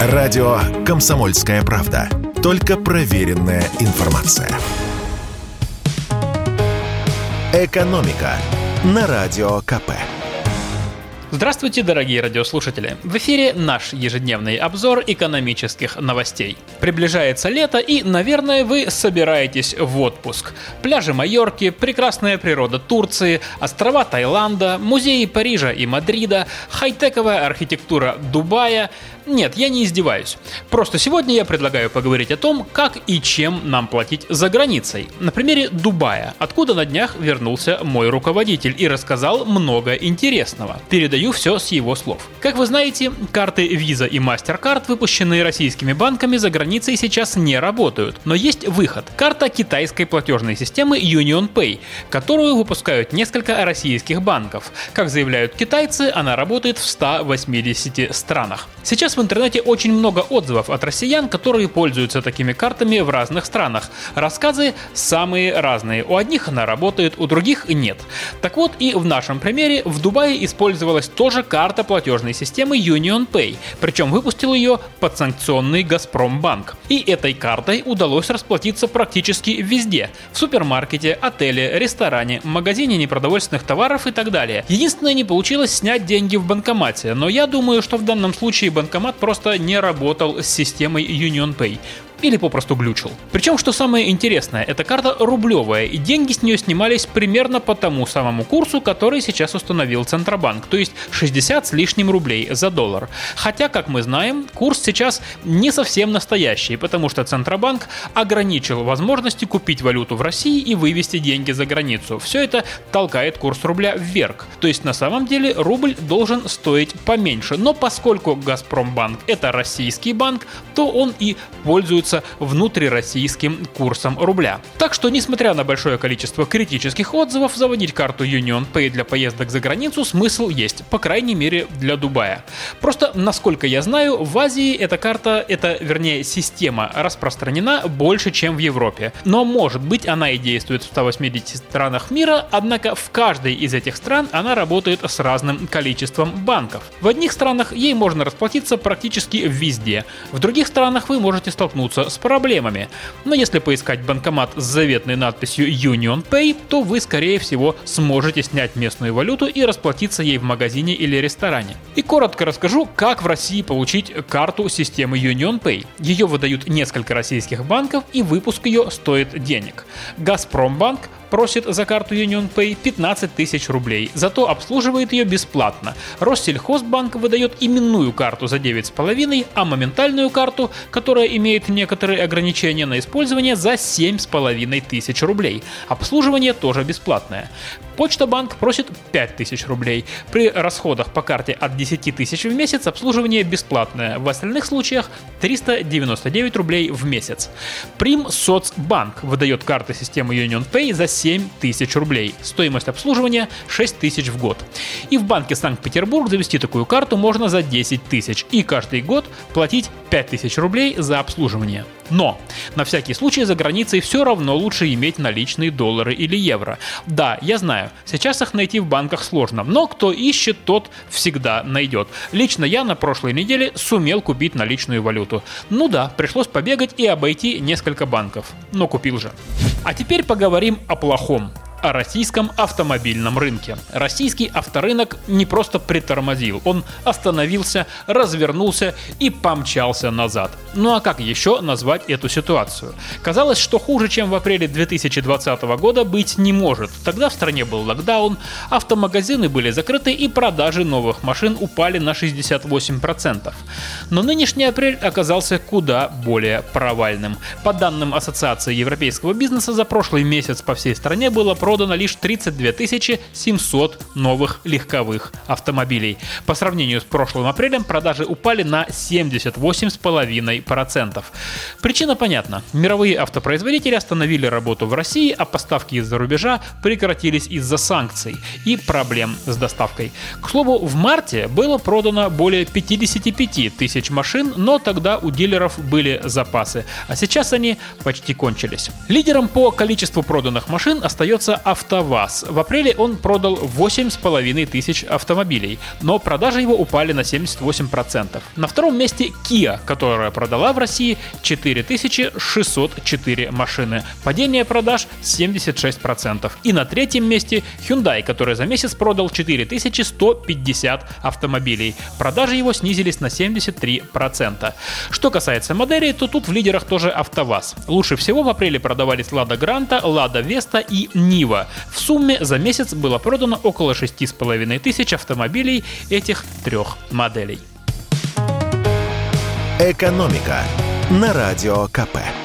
Радио «Комсомольская правда». Только проверенная информация. «Экономика» на Радио КП. Здравствуйте, дорогие радиослушатели! В эфире наш ежедневный обзор экономических новостей. Приближается лето и, наверное, вы собираетесь в отпуск. Пляжи Майорки, прекрасная природа Турции, острова Таиланда, музеи Парижа и Мадрида, хай-тековая архитектура Дубая. Нет, я не издеваюсь. Просто сегодня я предлагаю поговорить о том, как и чем нам платить за границей. На примере Дубая, откуда на днях вернулся мой руководитель и рассказал много интересного. Передаю все с его слов. Как вы знаете, карты Visa и MasterCard, выпущенные российскими банками, за границей сейчас не работают. Но есть выход. Карта китайской платежной системы UnionPay, которую выпускают несколько российских банков. Как заявляют китайцы, она работает в 180 странах. Сейчас в интернете очень много отзывов от россиян, которые пользуются такими картами в разных странах. Рассказы самые разные. У одних она работает, у других нет. Так вот, и в нашем примере в Дубае использовалась тоже карта платежной системы UnionPay. Причем выпустил ее подсанкционный Газпромбанк. И этой картой удалось расплатиться практически везде. В супермаркете, отеле, ресторане, магазине непродовольственных товаров и так далее. Единственное, не получилось снять деньги в банкомате. Но я думаю, что в данном случае банкомат просто не работал с системой UnionPay. Или попросту глючил. Причем, что самое интересное, эта карта рублевая, и деньги с нее снимались примерно по тому самому курсу, который сейчас установил Центробанк, то есть 60 с лишним рублей за доллар. Хотя, как мы знаем, курс сейчас не совсем настоящий, потому что Центробанк ограничил возможности купить валюту в России и вывести деньги за границу. Все это толкает курс рубля вверх. То есть, на самом деле, рубль должен стоить поменьше. Но поскольку Газпромбанк – это российский банк, то он и пользуется внутрироссийским курсом рубля. Так что, несмотря на большое количество критических отзывов, заводить карту UnionPay для поездок за границу смысл есть, по крайней мере для Дубая. Просто, насколько я знаю, в Азии эта карта, система распространена больше, чем в Европе. Но, может быть, она и действует в 180 странах мира, однако в каждой из этих стран она работает с разным количеством банков. В одних странах ей можно расплатиться практически везде, в других странах вы можете столкнуться с проблемами. Но если поискать банкомат с заветной надписью UnionPay, то вы, скорее всего, сможете снять местную валюту и расплатиться ей в магазине или ресторане. И коротко расскажу, как в России получить карту системы UnionPay. Ее выдают несколько российских банков, и выпуск ее стоит денег. Газпромбанк просит за карту UnionPay 15 тысяч рублей, зато обслуживает ее бесплатно. Россельхозбанк выдает именную карту за 9,5, а моментальную карту, которая имеет некоторые ограничения на использование, за 7,5 тысяч рублей. Обслуживание тоже бесплатное. Почта-банк просит 5 тысяч рублей. При расходах по карте от 10 тысяч в месяц обслуживание бесплатное. В остальных случаях 399 рублей в месяц. Примсоцбанк выдает карты системы UnionPay за 7 тысяч рублей. Стоимость обслуживания 6 тысяч в год. И в банке Санкт-Петербург завести такую карту можно за 10 тысяч. И каждый год платить 5 тысяч рублей за обслуживание. Но на всякий случай за границей все равно лучше иметь наличные доллары или евро. Да, я знаю, сейчас их найти в банках сложно, но кто ищет, тот всегда найдет. Лично я на прошлой неделе сумел купить наличную валюту. Ну да, пришлось побегать и обойти несколько банков, но купил же. А теперь поговорим о плохом. О российском автомобильном рынке. Российский авторынок не просто притормозил, он остановился, развернулся и помчался назад. Ну а как еще назвать эту ситуацию? Казалось, что хуже, чем в апреле 2020 года, быть не может. Тогда в стране был локдаун, автомагазины были закрыты и продажи новых машин упали на 68%. Но нынешний апрель оказался куда более провальным. По данным Ассоциации европейского бизнеса, за прошлый месяц по всей стране было продано лишь 32 700 новых легковых автомобилей. По сравнению с прошлым апрелем продажи упали на 78,5%. Причина понятна. Мировые автопроизводители остановили работу в России, а поставки из-за рубежа прекратились из-за санкций и проблем с доставкой. К слову, в марте было продано более 55 тысяч машин, но тогда у дилеров были запасы, а сейчас они почти кончились. Лидером по количеству проданных машин остается АвтоВАЗ. В апреле он продал 8,5 тысяч автомобилей, но продажи его упали на 78%. На втором месте Kia, которая продала в России 4604 машины. Падение продаж 76%. И на третьем месте Hyundai, который за месяц продал 4150 автомобилей. Продажи его снизились на 73%. Что касается моделей, то тут в лидерах тоже АвтоВАЗ. Лучше всего в апреле продавались Lada Granta, Lada Vesta и Niva. В сумме за месяц было продано около 6500 автомобилей этих трех моделей. «Экономика» на Радио КП.